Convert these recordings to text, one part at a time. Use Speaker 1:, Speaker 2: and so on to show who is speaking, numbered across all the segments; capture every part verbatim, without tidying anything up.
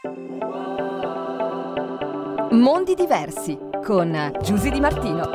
Speaker 1: Mondi diversi con Giusy Di Martino.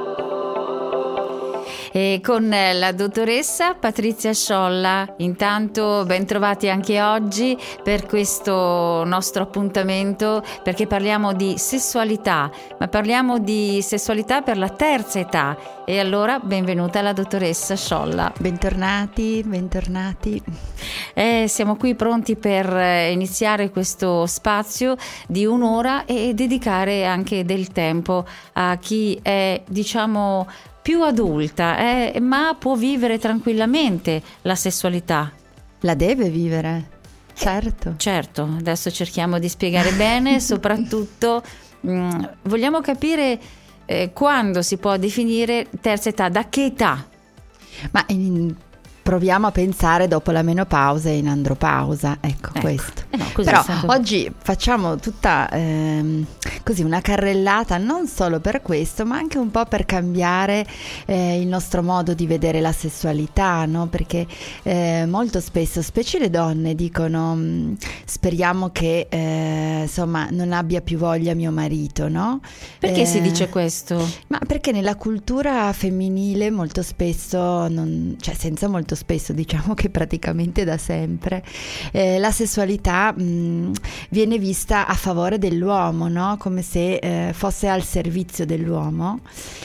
Speaker 2: E con la dottoressa Patrizia Sciolla. Intanto ben trovati anche oggi per questo nostro appuntamento, perché parliamo di sessualità, ma parliamo di sessualità per la terza età. E allora benvenuta la dottoressa Sciolla.
Speaker 3: Bentornati, bentornati.
Speaker 2: Eh, siamo qui pronti per iniziare questo spazio di un'ora e dedicare anche del tempo a chi è, diciamo, più adulta, eh, ma può vivere tranquillamente la sessualità.
Speaker 3: La deve vivere, certo.
Speaker 2: Eh, certo, adesso cerchiamo di spiegare bene, soprattutto mh, vogliamo capire eh, quando si può definire terza età, da che età?
Speaker 3: Ma in, proviamo a pensare dopo la menopausa e in andropausa, ecco, ecco. questo.
Speaker 2: Eh no,
Speaker 3: Però
Speaker 2: stato...
Speaker 3: oggi facciamo tutta ehm, così una carrellata non solo per questo, ma anche un po' per cambiare eh, il nostro modo di vedere la sessualità, no? Perché eh, molto spesso, specie le donne, dicono mh, speriamo che eh, insomma non abbia più voglia mio marito, no?
Speaker 2: Perché
Speaker 3: eh,
Speaker 2: si dice questo?
Speaker 3: Ma perché nella cultura femminile molto spesso, non, cioè senza molto spesso, diciamo che praticamente da sempre, eh, la sessualità mh, viene vista a favore dell'uomo, no? Come se eh, fosse al servizio dell'uomo,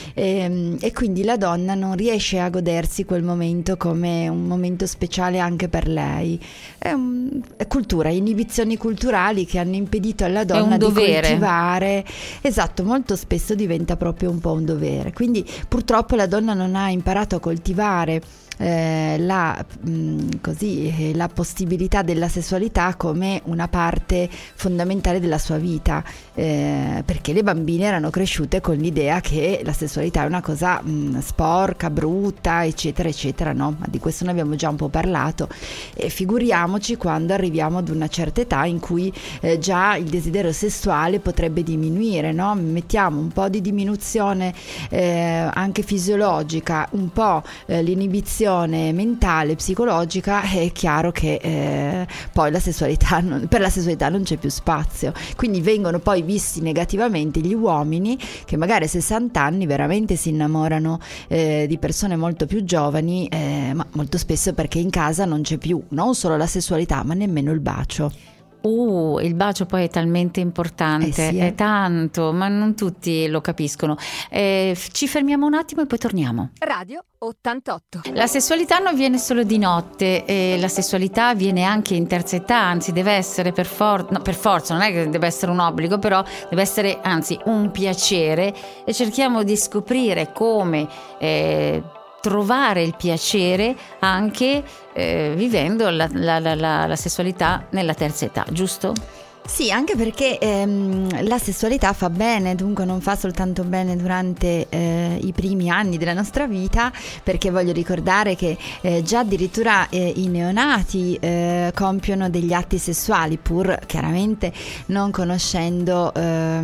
Speaker 3: e, e quindi la donna non riesce a godersi quel momento come un momento speciale anche per lei. È, un, è cultura, inibizioni culturali che hanno impedito alla donna di coltivare. Esatto, molto spesso diventa proprio un po' un dovere. Quindi purtroppo la donna non ha imparato a coltivare Eh, la, mh, così, eh, la possibilità della sessualità come una parte fondamentale della sua vita, eh, perché le bambine erano cresciute con l'idea che la sessualità è una cosa mh, sporca, brutta, eccetera eccetera, no? Ma di questo ne abbiamo già un po' parlato, e figuriamoci quando arriviamo ad una certa età in cui eh, già il desiderio sessuale potrebbe diminuire, no? Mettiamo un po' di diminuzione eh, anche fisiologica, un po' eh, l'inibizione mentale, psicologica, è chiaro che eh, poi la sessualità non, per la sessualità non c'è più spazio, quindi vengono poi visti negativamente gli uomini che magari a sessanta anni veramente si innamorano eh, di persone molto più giovani, eh, ma molto spesso perché in casa non c'è più non solo la sessualità ma nemmeno il bacio.
Speaker 2: Uh, il bacio poi è talmente importante,
Speaker 3: eh sì,
Speaker 2: è
Speaker 3: eh.
Speaker 2: tanto, ma non tutti lo capiscono. Eh, ci fermiamo un attimo e poi torniamo.
Speaker 1: Radio ottantotto.
Speaker 2: La sessualità non viene solo di notte, eh, la sessualità viene anche in terza età, anzi deve essere per, for- no, per forza, non è che deve essere un obbligo, però deve essere anzi un piacere, e cerchiamo di scoprire come eh, trovare il piacere anche eh, vivendo la, la, la, la, la sessualità nella terza età, giusto?
Speaker 3: Sì, anche perché ehm, la sessualità fa bene, dunque non fa soltanto bene durante eh, i primi anni della nostra vita, perché voglio ricordare che eh, già addirittura eh, i neonati eh, compiono degli atti sessuali, pur chiaramente non conoscendo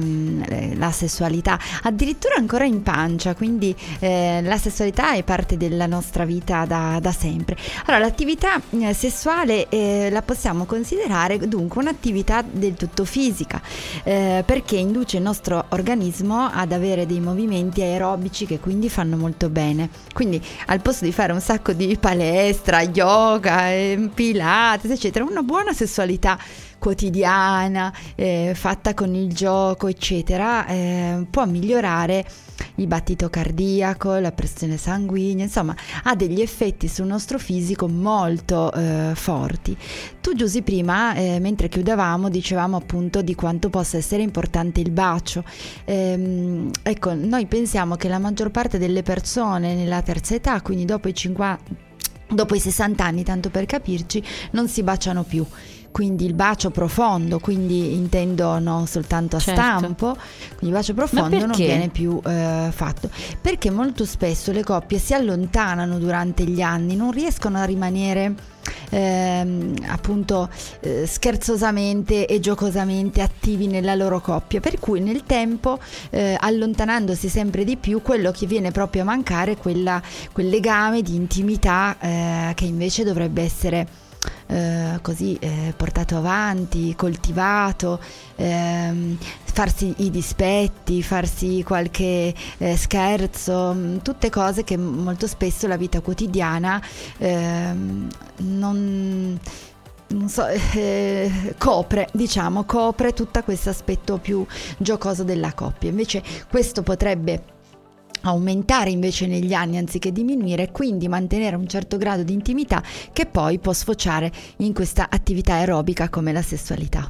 Speaker 3: ehm, la sessualità, addirittura ancora in pancia, quindi eh, la sessualità è parte della nostra vita da, da sempre. Allora, l'attività eh, sessuale eh, la possiamo considerare dunque un'attività del tutto fisica, eh, perché induce il nostro organismo ad avere dei movimenti aerobici che quindi fanno molto bene. Quindi al posto di fare un sacco di palestra, yoga, eh, pilates eccetera, una buona sessualità quotidiana eh, fatta con il gioco eccetera eh, può migliorare il battito cardiaco, la pressione sanguigna, insomma ha degli effetti sul nostro fisico molto eh, forti. Tu Giusy prima eh, mentre chiudevamo dicevamo appunto di quanto possa essere importante il bacio. Ehm, ecco, noi pensiamo che la maggior parte delle persone nella terza età, quindi dopo i cinquanta, dopo i sessanta anni, tanto per capirci, non si baciano più. Quindi il bacio profondo, quindi intendo non soltanto a
Speaker 2: certo.
Speaker 3: stampo, quindi il bacio profondo non viene più eh, fatto, perché molto spesso le coppie si allontanano durante gli anni, non riescono a rimanere ehm, appunto eh, scherzosamente e giocosamente attivi nella loro coppia, per cui nel tempo eh, allontanandosi sempre di più, quello che viene proprio a mancare è quella, quel legame di intimità eh, che invece dovrebbe essere eh, così eh, portato avanti, coltivato, ehm, farsi i dispetti, farsi qualche eh, scherzo, mh, tutte cose che molto spesso la vita quotidiana ehm, non... non so, eh, copre, diciamo, copre tutto questo aspetto più giocoso della coppia. Invece questo potrebbe aumentare invece negli anni anziché diminuire, quindi mantenere un certo grado di intimità che poi può sfociare in questa attività aerobica come la sessualità.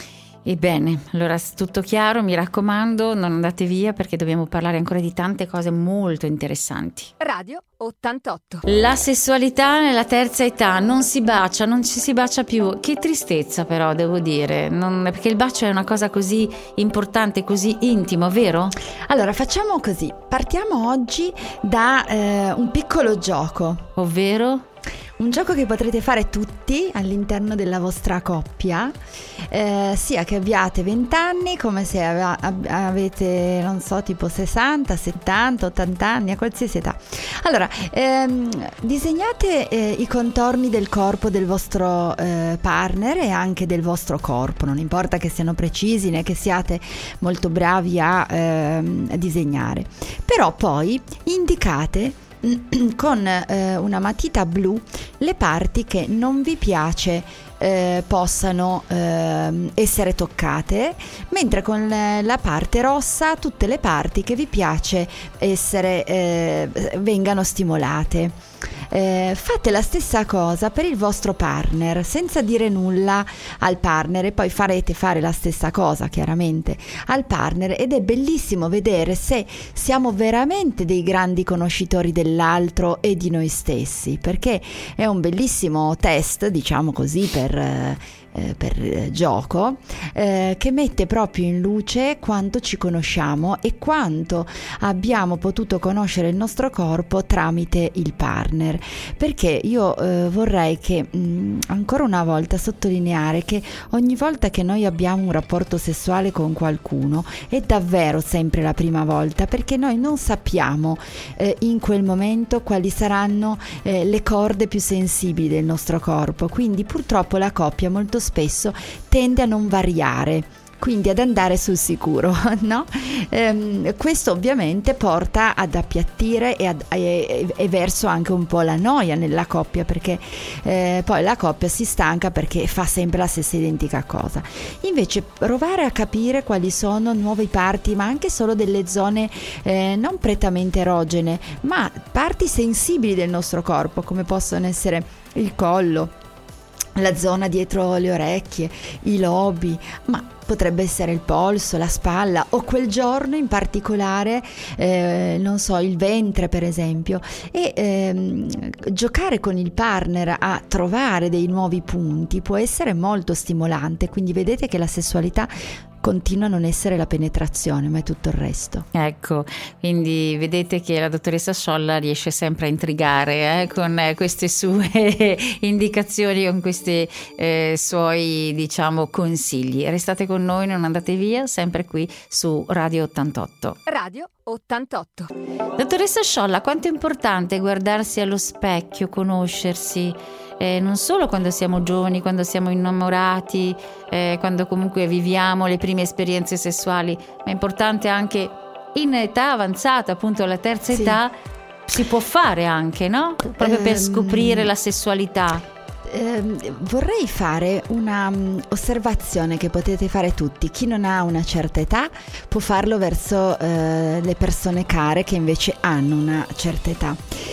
Speaker 2: Ebbene, allora tutto chiaro, mi raccomando, non andate via perché dobbiamo parlare ancora di tante cose molto interessanti.
Speaker 1: Radio ottantotto.
Speaker 2: La sessualità nella terza età, non si bacia, non ci si bacia più. Che tristezza però, devo dire, non, perché il bacio è una cosa così importante, così intimo, vero?
Speaker 3: Allora facciamo così, partiamo oggi da eh, un piccolo gioco.
Speaker 2: Ovvero?
Speaker 3: Un gioco che potrete fare tutti all'interno della vostra coppia, eh, sia che abbiate venti anni come se ave- avete, non so, tipo sessanta, settanta, ottanta anni, a qualsiasi età. Allora, ehm, disegnate eh, i contorni del corpo del vostro eh, partner e anche del vostro corpo, non importa che siano precisi né che siate molto bravi a ehm, disegnare, però poi indicate con eh, una matita blu le parti che non vi piace eh, possano eh, essere toccate, mentre con la parte rossa tutte le parti che vi piace essere eh, vengano stimolate. Eh, fate la stessa cosa per il vostro partner senza dire nulla al partner e poi farete fare la stessa cosa chiaramente al partner, ed è bellissimo vedere se siamo veramente dei grandi conoscitori dell'altro e di noi stessi, perché è un bellissimo test, diciamo così, per eh, per eh, gioco eh, che mette proprio in luce quanto ci conosciamo e quanto abbiamo potuto conoscere il nostro corpo tramite il partner, perché io eh, vorrei che mh, ancora una volta sottolineare che ogni volta che noi abbiamo un rapporto sessuale con qualcuno è davvero sempre la prima volta, perché noi non sappiamo eh, in quel momento quali saranno eh, le corde più sensibili del nostro corpo, quindi purtroppo la coppia molto spesso tende a non variare, quindi ad andare sul sicuro, no? Ehm, questo ovviamente porta ad appiattire e, ad, e, e verso anche un po' la noia nella coppia, perché eh, poi la coppia si stanca perché fa sempre la stessa identica cosa. Invece provare a capire quali sono nuove parti, ma anche solo delle zone eh, non prettamente erogene, ma parti sensibili del nostro corpo, come possono essere il collo, la zona dietro le orecchie, i lobi, ma potrebbe essere il polso, la spalla o quel giorno in particolare, eh, non so, il ventre per esempio, e ehm, giocare con il partner a trovare dei nuovi punti può essere molto stimolante, quindi vedete che la sessualità continua a non essere la penetrazione, ma è tutto il resto.
Speaker 2: Ecco, quindi vedete che la dottoressa Sciolla riesce sempre a intrigare eh, con eh, queste sue indicazioni, con questi eh, suoi, diciamo, consigli. Restate con noi, non andate via, sempre qui su Radio ottantotto.
Speaker 1: Radio ottantotto.
Speaker 2: Dottoressa Sciolla, quanto è importante guardarsi allo specchio, conoscersi, eh, non solo quando siamo giovani, quando siamo innamorati, eh, quando comunque viviamo le prime esperienze sessuali, ma è importante anche in età avanzata, appunto la terza
Speaker 3: sì.
Speaker 2: età, si può fare anche, no? Proprio per scoprire la sessualità.
Speaker 3: Eh, vorrei fare una um, osservazione che potete fare tutti. Chi non ha una certa età può farlo verso eh, le persone care che invece hanno una certa età.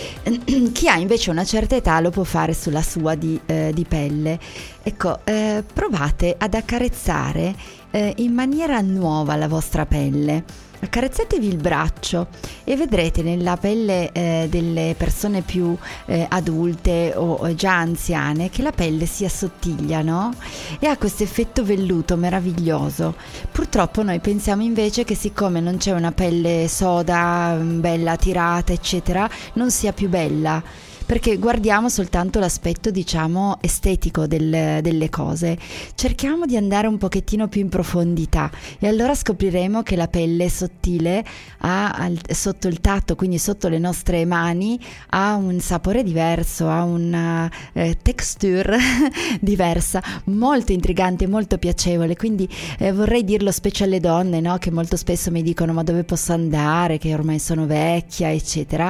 Speaker 3: Chi ha invece una certa età lo può fare sulla sua di, eh, di pelle. Ecco, eh, provate ad accarezzare eh, in maniera nuova la vostra pelle. Accarezzatevi il braccio e vedrete nella pelle eh, delle persone più eh, adulte o, o già anziane che la pelle si assottiglia, no? E ha questo effetto velluto meraviglioso. Purtroppo noi pensiamo invece che siccome non c'è una pelle soda, bella tirata, eccetera, non sia più bella. perché guardiamo soltanto l'aspetto, diciamo, estetico del, delle cose. Cerchiamo di andare un pochettino più in profondità e allora scopriremo che la pelle sottile ha al, sotto il tatto, quindi sotto le nostre mani, ha un sapore diverso, ha una eh, texture diversa, molto intrigante, molto piacevole. Quindi eh, vorrei dirlo specie alle donne, no? Che molto spesso mi dicono: ma dove posso andare, che ormai sono vecchia, eccetera.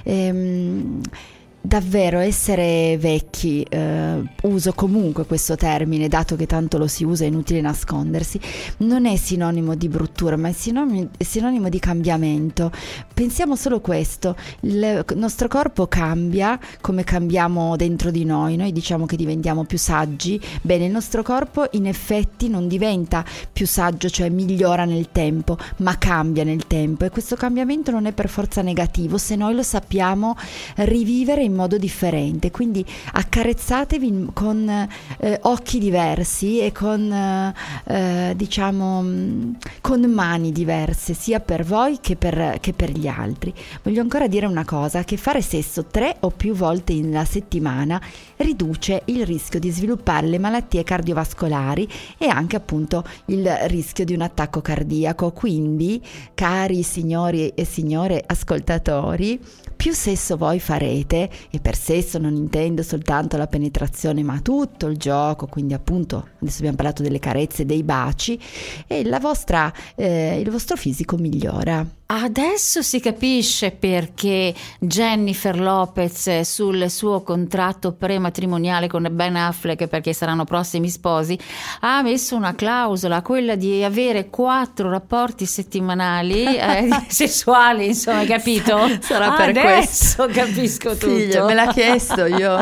Speaker 3: Ehm, Davvero essere vecchi, eh, uso comunque questo termine dato che tanto lo si usa, è inutile nascondersi, non è sinonimo di bruttura, ma è sinonimo, è sinonimo di cambiamento. Pensiamo solo questo: il nostro corpo cambia come cambiamo dentro di noi. Noi diciamo che diventiamo più saggi, bene, il nostro corpo in effetti non diventa più saggio, cioè migliora nel tempo, ma cambia nel tempo, e questo cambiamento non è per forza negativo se noi lo sappiamo rivivere in modo differente. Quindi accarezzatevi con eh, occhi diversi e con eh, eh, diciamo mh, con mani diverse, sia per voi che per, che per gli altri. Voglio ancora dire una cosa: che fare sesso tre o più volte nella settimana riduce il rischio di sviluppare le malattie cardiovascolari e anche appunto il rischio di un attacco cardiaco. Quindi, cari signori e signore ascoltatori, più sesso voi farete, e per sesso non intendo soltanto la penetrazione ma tutto il gioco, quindi appunto adesso abbiamo parlato delle carezze, dei baci, e la vostra, eh, il vostro fisico migliora.
Speaker 2: Adesso si capisce perché Jennifer Lopez sul suo contratto prematrimoniale con Ben Affleck, perché saranno prossimi sposi, ha messo una clausola, quella di avere quattro rapporti settimanali eh, sessuali, insomma, capito?
Speaker 3: Sarà per
Speaker 2: adesso
Speaker 3: questo.
Speaker 2: Capisco tutto.
Speaker 3: Figlia, me l'ha chiesto io.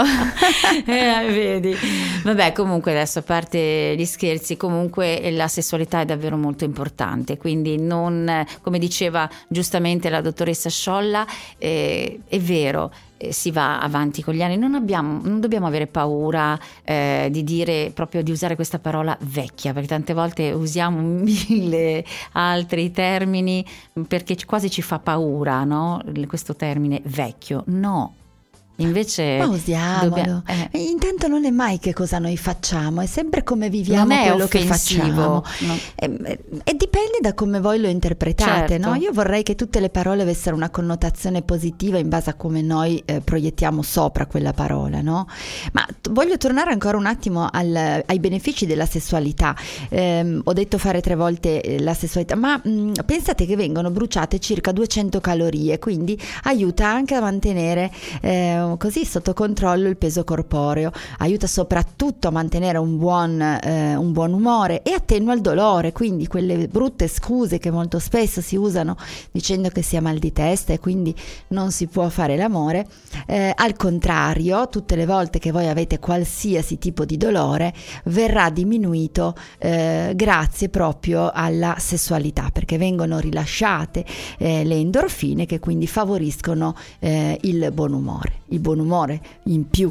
Speaker 2: eh, vedi. Vabbè, comunque adesso, a parte gli scherzi, comunque la sessualità è davvero molto importante, quindi non, come diceva giustamente la dottoressa Sciolla, eh, è vero, eh, si va avanti con gli anni, non abbiamo, non dobbiamo avere paura eh, di dire, proprio di usare questa parola vecchia, perché tante volte usiamo mille altri termini perché quasi ci fa paura, no? Questo termine vecchio, no. Invece
Speaker 3: ma usiamolo.
Speaker 2: Dobbia, eh.
Speaker 3: Intanto non è mai che cosa noi facciamo, è sempre come viviamo quello che facciamo,
Speaker 2: no.
Speaker 3: e, e dipende da come voi lo interpretate,
Speaker 2: certo.
Speaker 3: no? Io vorrei che tutte le parole avessero una connotazione positiva in base a come noi eh, proiettiamo sopra quella parola, no? Ma t- voglio tornare ancora un attimo al, ai benefici della sessualità. Eh, ho detto fare tre volte eh, la sessualità, ma mh, pensate che vengono bruciate circa duecento calorie, quindi aiuta anche a mantenere eh, così sotto controllo il peso corporeo, aiuta soprattutto a mantenere un buon, eh, un buon umore e attenua il dolore, quindi quelle brutte scuse che molto spesso si usano dicendo che si ha mal di testa e quindi non si può fare l'amore, eh, al contrario, tutte le volte che voi avete qualsiasi tipo di dolore verrà diminuito eh, grazie proprio alla sessualità, perché vengono rilasciate eh, le endorfine che quindi favoriscono eh, il buon umore. Il buon umore in più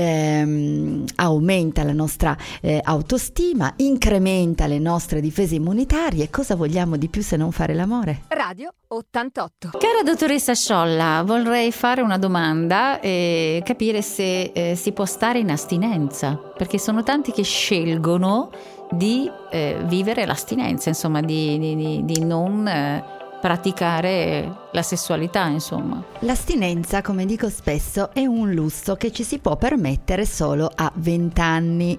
Speaker 3: ehm, aumenta la nostra eh, autostima, incrementa le nostre difese immunitarie. Cosa vogliamo di più se non fare l'amore?
Speaker 1: Radio ottantotto.
Speaker 2: Cara dottoressa Sciolla, vorrei fare una domanda e capire se eh, si può stare in astinenza, perché sono tanti che scelgono di eh, vivere l'astinenza, insomma di, di, di, di non eh, praticare la sessualità, insomma.
Speaker 3: L'astinenza, come dico spesso, è un lusso che ci si può permettere solo a venti anni.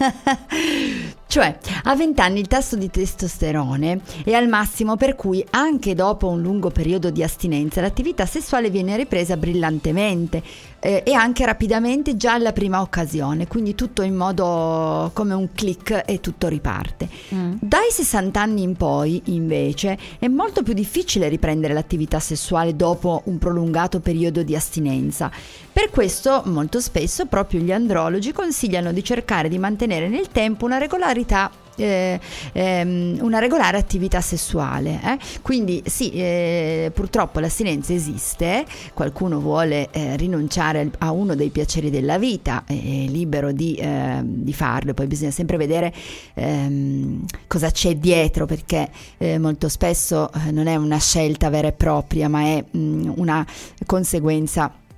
Speaker 3: Cioè, a venti anni il tasso di testosterone è al massimo, per cui anche dopo un lungo periodo di astinenza l'attività sessuale viene ripresa brillantemente eh, e anche rapidamente già alla prima occasione, quindi tutto in modo come un click e tutto riparte. Mm. Dai sessanta anni in poi, invece, è molto più difficile riprendere l'attività sessuale dopo un prolungato periodo di astinenza. Per questo molto spesso proprio gli andrologi consigliano di cercare di mantenere nel tempo una regolarità Eh, ehm, una regolare attività sessuale, eh? Quindi sì, eh, purtroppo l'astinenza esiste, qualcuno vuole eh, rinunciare a uno dei piaceri della vita, è libero di, eh, di farlo, poi bisogna sempre vedere ehm, cosa c'è dietro, perché eh, molto spesso eh, non è una scelta vera e propria, ma è mh, una conseguenza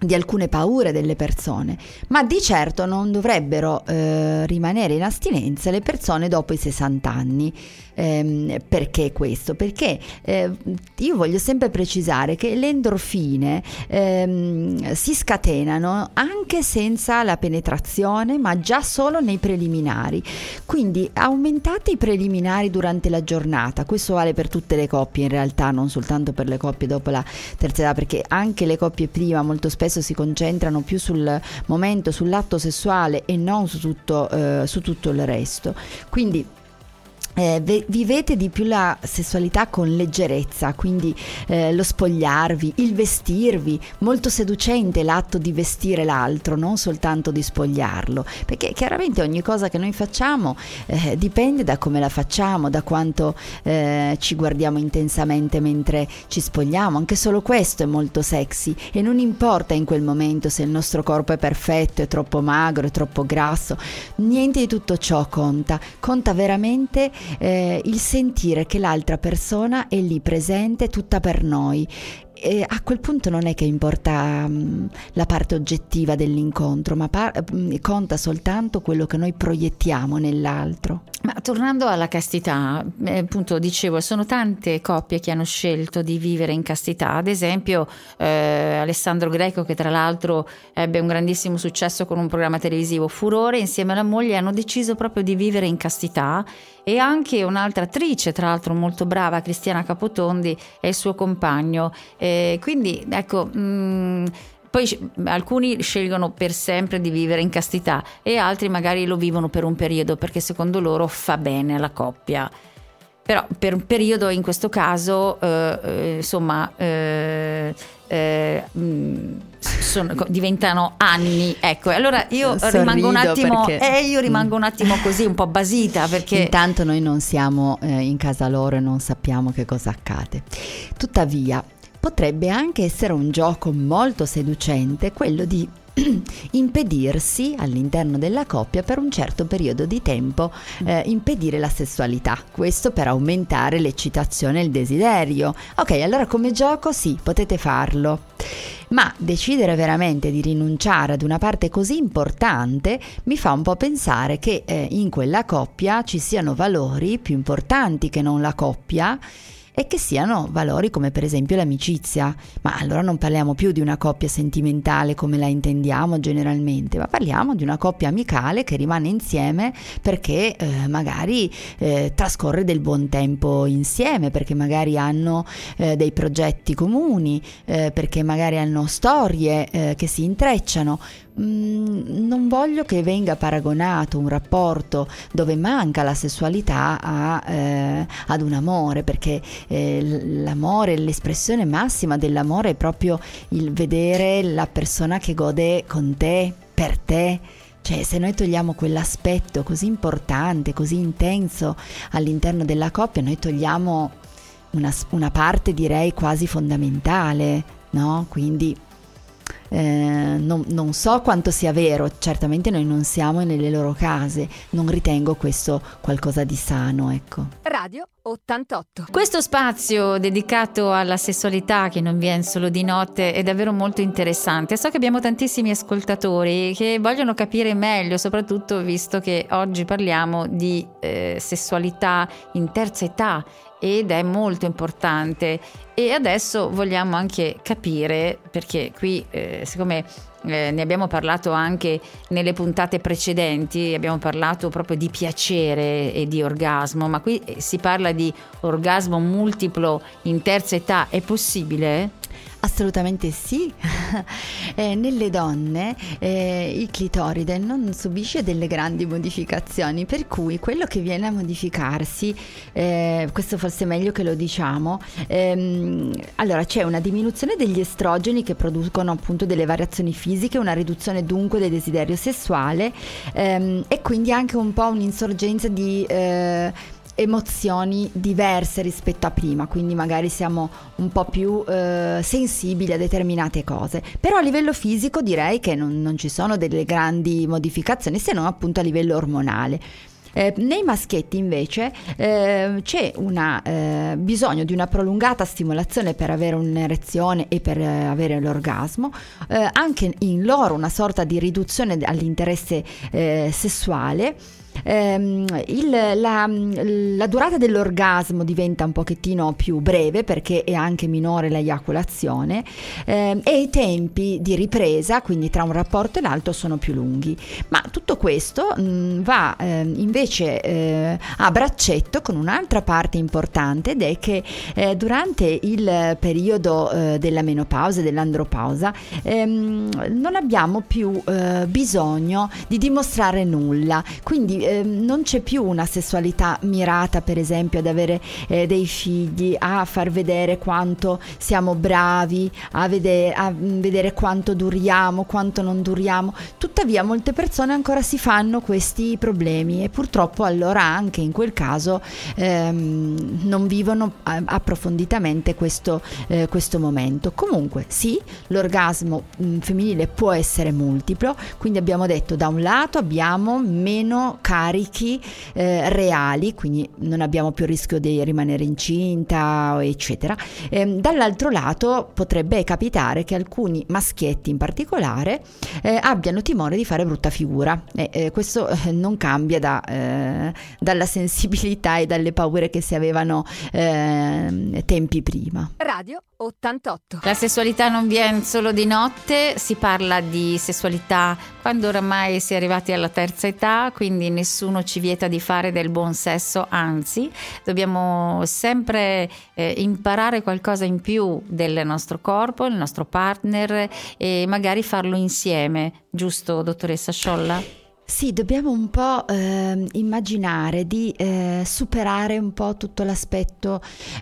Speaker 3: di alcune paure delle persone, ma di certo non dovrebbero eh, rimanere in astinenza le persone dopo i sessanta anni. Ehm, perché questo? Perché eh, io voglio sempre precisare che le endorfine ehm, si scatenano anche senza la penetrazione, ma già solo nei preliminari. Quindi aumentate i preliminari durante la giornata. Questo vale per tutte le coppie in realtà, non soltanto per le coppie dopo la terza età, perché anche le coppie prima molto spesso si concentrano più sul momento, sull'atto sessuale e non su tutto, eh, su tutto il resto. Quindi Eh, vivete di più la sessualità con leggerezza, quindi eh, lo spogliarvi, il vestirvi, molto seducente l'atto di vestire l'altro, non soltanto di spogliarlo, perché chiaramente ogni cosa che noi facciamo eh, dipende da come la facciamo, da quanto eh, ci guardiamo intensamente mentre ci spogliamo. Anche solo questo è molto sexy e non importa in quel momento se il nostro corpo è perfetto, è troppo magro, è troppo grasso, niente di tutto ciò conta, conta veramente Eh, il sentire che l'altra persona è lì presente tutta per noi. E a quel punto non è che importa um, la parte oggettiva dell'incontro, ma par- conta soltanto quello che noi proiettiamo nell'altro.
Speaker 2: Ma tornando alla castità, eh, appunto dicevo, sono tante coppie che hanno scelto di vivere in castità. Ad esempio eh, Alessandro Greco, che tra l'altro ebbe un grandissimo successo con un programma televisivo Furore, insieme alla moglie hanno deciso proprio di vivere in castità, e anche un'altra attrice, tra l'altro molto brava, Cristiana Capotondi, e il suo compagno. Eh, quindi ecco, mh, poi alcuni scelgono per sempre di vivere in castità e altri magari lo vivono per un periodo perché secondo loro fa bene alla coppia. Però per un periodo, in questo caso, eh, eh, insomma, eh, eh, sono, diventano anni, ecco. Allora io
Speaker 3: Sorrido
Speaker 2: rimango un attimo,
Speaker 3: perché...
Speaker 2: eh, io rimango un attimo così, un po' basita, perché
Speaker 3: intanto noi non siamo eh, in casa loro e non sappiamo che cosa accade. Tuttavia, potrebbe anche essere un gioco molto seducente quello di impedirsi all'interno della coppia per un certo periodo di tempo, eh, impedire la sessualità, questo per aumentare l'eccitazione e il desiderio. Ok, allora come gioco sì, potete farlo, ma decidere veramente di rinunciare ad una parte così importante mi fa un po' pensare che eh, in quella coppia ci siano valori più importanti che non la coppia, e che siano valori come per esempio l'amicizia. Ma allora non parliamo più di una coppia sentimentale come la intendiamo generalmente, ma parliamo di una coppia amicale che rimane insieme perché eh, magari eh, trascorre del buon tempo insieme, perché magari hanno eh, dei progetti comuni, eh, perché magari hanno storie eh, che si intrecciano. Mm, non voglio che venga paragonato un rapporto dove manca la sessualità a, eh, ad un amore, perché eh, l'amore, l'espressione massima dell'amore è proprio il vedere la persona che gode con te, per te. Cioè, se noi togliamo quell'aspetto così importante, così intenso all'interno della coppia, noi togliamo una, una parte, direi, quasi fondamentale, no? Quindi Eh, non, non so quanto sia vero, certamente noi non siamo nelle loro case, non ritengo questo qualcosa di sano, ecco.
Speaker 1: Radio ottantotto.
Speaker 2: Questo spazio dedicato alla sessualità che non viene solo di notte è davvero molto interessante. So che abbiamo tantissimi ascoltatori che vogliono capire meglio, soprattutto visto che oggi parliamo di eh, sessualità in terza età, ed è molto importante, e adesso vogliamo anche capire, perché qui eh, siccome eh, ne abbiamo parlato anche nelle puntate precedenti, abbiamo parlato proprio di piacere e di orgasmo, ma qui si parla di orgasmo multiplo in terza età. È possibile?
Speaker 3: Assolutamente sì. eh, nelle donne eh, il clitoride non subisce delle grandi modificazioni, per cui quello che viene a modificarsi, eh, questo forse è meglio che lo diciamo, ehm, allora c'è una diminuzione degli estrogeni che producono appunto delle variazioni fisiche, una riduzione dunque del desiderio sessuale, ehm, e quindi anche un po' un'insorgenza di eh, emozioni diverse rispetto a prima, quindi magari siamo un po' più eh, sensibili a determinate cose, però a livello fisico direi che non, non ci sono delle grandi modificazioni, se non appunto a livello ormonale. Eh, nei maschietti invece eh, c'è una, eh, bisogno di una prolungata stimolazione per avere un'erezione e per eh, avere l'orgasmo, eh, anche in loro una sorta di riduzione all'interesse eh, sessuale. Um, il, la, la durata dell'orgasmo diventa un pochettino più breve perché è anche minore l'eiaculazione, um, e i tempi di ripresa, quindi tra un rapporto e l'altro, sono più lunghi. Ma tutto questo um, va um, invece uh, a braccetto con un'altra parte importante, ed è che uh, durante il periodo uh, della menopausa e dell'andropausa um, non abbiamo più uh, bisogno di dimostrare nulla, quindi Eh, non c'è più una sessualità mirata, per esempio, ad avere eh, dei figli, a far vedere quanto siamo bravi, a, vede- a vedere quanto duriamo, quanto non duriamo. Tuttavia molte persone ancora si fanno questi problemi, e purtroppo allora anche in quel caso ehm, non vivono a- approfonditamente questo, eh, questo momento. Comunque sì, l'orgasmo mh, femminile può essere multiplo, quindi abbiamo detto, da un lato abbiamo meno carichi eh, reali, quindi non abbiamo più il rischio di rimanere incinta, eccetera. E, dall'altro lato potrebbe capitare che alcuni maschietti in particolare eh, abbiano timore di fare brutta figura, e eh, questo eh, non cambia da, eh, dalla sensibilità e dalle paure che si avevano eh, tempi prima.
Speaker 1: Radio ottantotto.
Speaker 2: La sessualità non viene solo di notte, si parla di sessualità quando oramai si è arrivati alla terza età, quindi nessuno ci vieta di fare del buon sesso, anzi dobbiamo sempre eh, imparare qualcosa in più del nostro corpo, il nostro partner, e magari farlo insieme, giusto dottoressa Sciolla?
Speaker 3: Sì, dobbiamo un po' eh, immaginare di eh, superare un po' tutto l'aspetto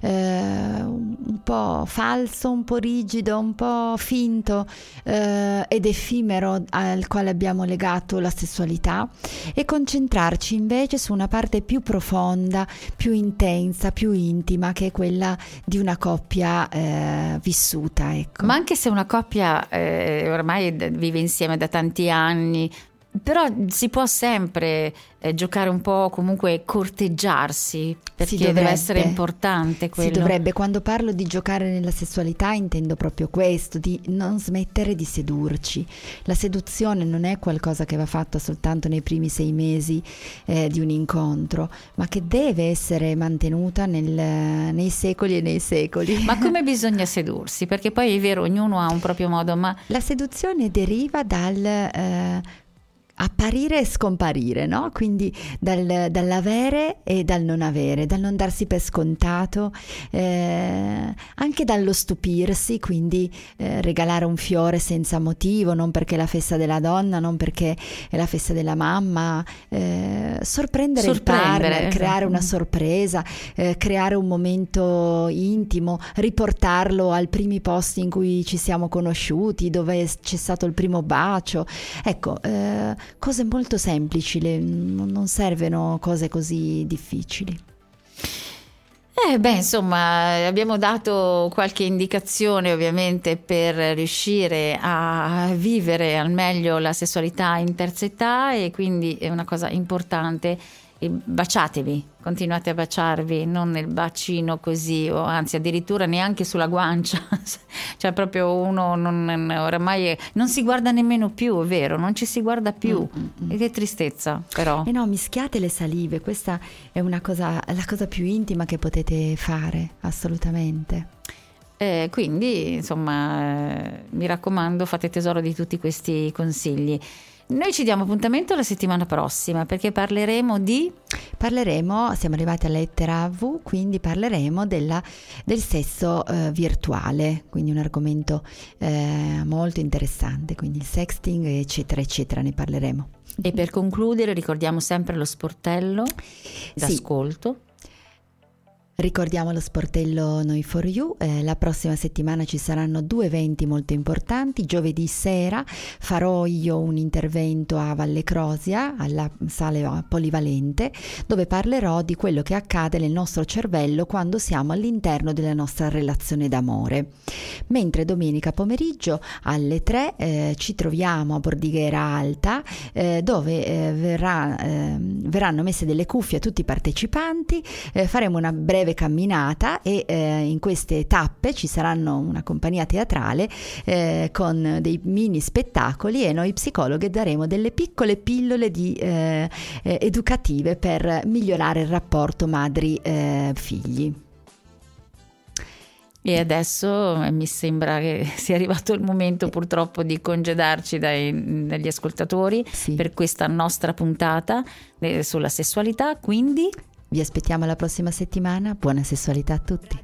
Speaker 3: eh, un po' falso, un po' rigido, un po' finto eh, ed effimero al quale abbiamo legato la sessualità, e concentrarci invece su una parte più profonda, più intensa, più intima, che è quella di una coppia eh, vissuta, ecco.
Speaker 2: Ma anche se una coppia eh, ormai vive insieme da tanti anni, però si può sempre eh, giocare un po', comunque corteggiarsi, perché deve essere importante quello.
Speaker 3: Si dovrebbe. Quando parlo di giocare nella sessualità intendo proprio questo, di non smettere di sedurci. La seduzione non è qualcosa che va fatta soltanto nei primi sei mesi eh, di un incontro, ma che deve essere mantenuta nel, nei secoli e nei secoli.
Speaker 2: Ma come bisogna sedursi? Perché poi è vero, ognuno ha un proprio modo, ma
Speaker 3: la seduzione deriva dal eh, apparire e scomparire, no? Quindi dal, dall'avere e dal non avere, dal non darsi per scontato, eh, anche dallo stupirsi, quindi eh, regalare un fiore senza motivo, non perché è la festa della donna, non perché è la festa della mamma, eh, sorprendere, sorprendere il partner, creare una sorpresa, eh, creare un momento intimo, riportarlo ai primi posti in cui ci siamo conosciuti, dove c'è stato il primo bacio, ecco, eh, cose molto semplici, le, non servono cose così difficili.
Speaker 2: Eh beh, insomma, abbiamo dato qualche indicazione ovviamente per riuscire a vivere al meglio la sessualità in terza età, e quindi è una cosa importante. E baciatevi, continuate a baciarvi, non nel bacino così, o anzi addirittura neanche sulla guancia, cioè proprio uno non, oramai è, non si guarda nemmeno più, è vero, non ci si guarda più, mm-hmm. E che tristezza però.
Speaker 3: E no, mischiate le salive, questa è una cosa, la cosa più intima che potete fare, assolutamente.
Speaker 2: Eh, quindi insomma eh, mi raccomando, fate tesoro di tutti questi consigli. Noi ci diamo appuntamento la settimana prossima, perché parleremo di...
Speaker 3: Parleremo, siamo arrivati alla lettera V, quindi parleremo della, del sesso eh, virtuale, quindi un argomento eh, molto interessante, quindi il sexting eccetera eccetera, ne parleremo.
Speaker 2: E per concludere ricordiamo sempre lo sportello d'ascolto.
Speaker 3: Sì. Ricordiamo lo sportello Noi for You, eh, la prossima settimana ci saranno due eventi molto importanti. Giovedì sera farò io un intervento a Valle Crosia, alla sala polivalente, dove parlerò di quello che accade nel nostro cervello quando siamo all'interno della nostra relazione d'amore. Mentre domenica pomeriggio alle tre eh, ci troviamo a Bordighera Alta, eh, dove eh, verrà, eh, verranno messe delle cuffie a tutti i partecipanti, eh, faremo una breve camminata e eh, in queste tappe ci saranno una compagnia teatrale eh, con dei mini spettacoli e noi psicologhe daremo delle piccole pillole di, eh, eh, educative per migliorare il rapporto madri-figli.
Speaker 2: E adesso mi sembra che sia arrivato il momento purtroppo di congedarci dai, dagli ascoltatori
Speaker 3: Sì.
Speaker 2: per questa nostra puntata eh, sulla sessualità, quindi
Speaker 3: Vi aspettiamo la prossima settimana, buona sessualità a tutti.